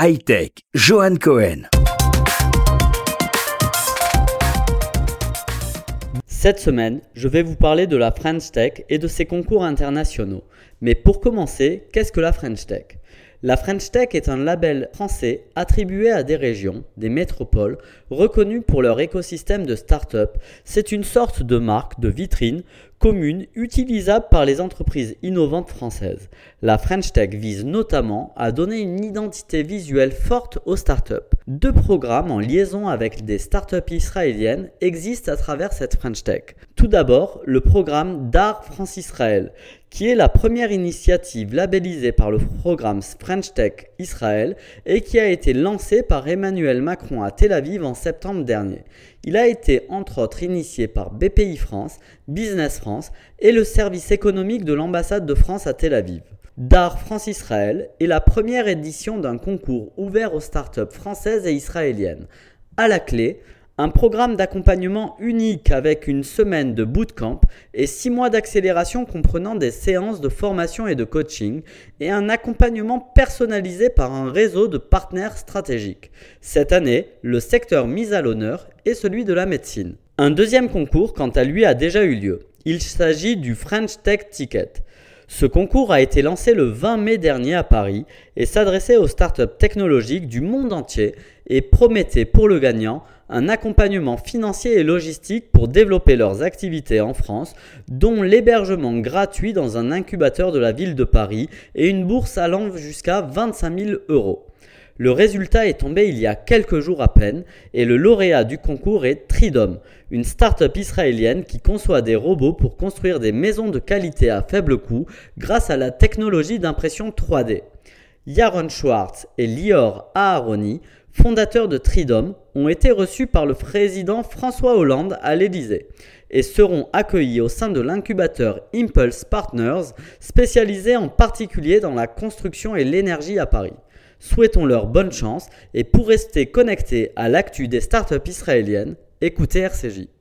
High-Tech, Johan Cohen. Cette semaine, je vais vous parler de la French Tech et de ses concours internationaux. Mais pour commencer, qu'est-ce que la French Tech ? La French Tech est un label français attribué à des régions, des métropoles, reconnues pour leur écosystème de start-up. C'est une sorte de marque, de vitrine commune utilisable par les entreprises innovantes françaises. La French Tech vise notamment à donner une identité visuelle forte aux startups. 2 programmes en liaison avec des startups israéliennes existent à travers cette French Tech. Tout d'abord, le programme DAR France-Israël, qui est la première initiative labellisée par le programme French Tech Israël et qui a été lancé par Emmanuel Macron à Tel Aviv en septembre dernier. Il a été entre autres initié par BPI France, Business France et le service économique de l'ambassade de France à Tel Aviv. DAR France-Israël est la première édition d'un concours ouvert aux startups françaises et israéliennes. À la clé, un programme d'accompagnement unique avec une semaine de bootcamp et 6 mois d'accélération comprenant des séances de formation et de coaching et un accompagnement personnalisé par un réseau de partenaires stratégiques. Cette année, le secteur mis à l'honneur est celui de la médecine. Un deuxième concours, quant à lui, a déjà eu lieu. Il s'agit du French Tech Ticket. Ce concours a été lancé le 20 mai dernier à Paris et s'adressait aux startups technologiques du monde entier et promettait pour le gagnant un accompagnement financier et logistique pour développer leurs activités en France, dont l'hébergement gratuit dans un incubateur de la ville de Paris et une bourse allant jusqu'à 25 000 €. Le résultat est tombé il y a quelques jours à peine et le lauréat du concours est Tridom, une start-up israélienne qui conçoit des robots pour construire des maisons de qualité à faible coût grâce à la technologie d'impression 3D. Yaron Schwartz et Lior Aharoni, fondateurs de Tridom, ont été reçus par le président François Hollande à l'Élysée et seront accueillis au sein de l'incubateur Impulse Partners, spécialisé en particulier dans la construction et l'énergie à Paris. Souhaitons-leur bonne chance et pour rester connectés à l'actu des startups israéliennes, écoutez RCJ.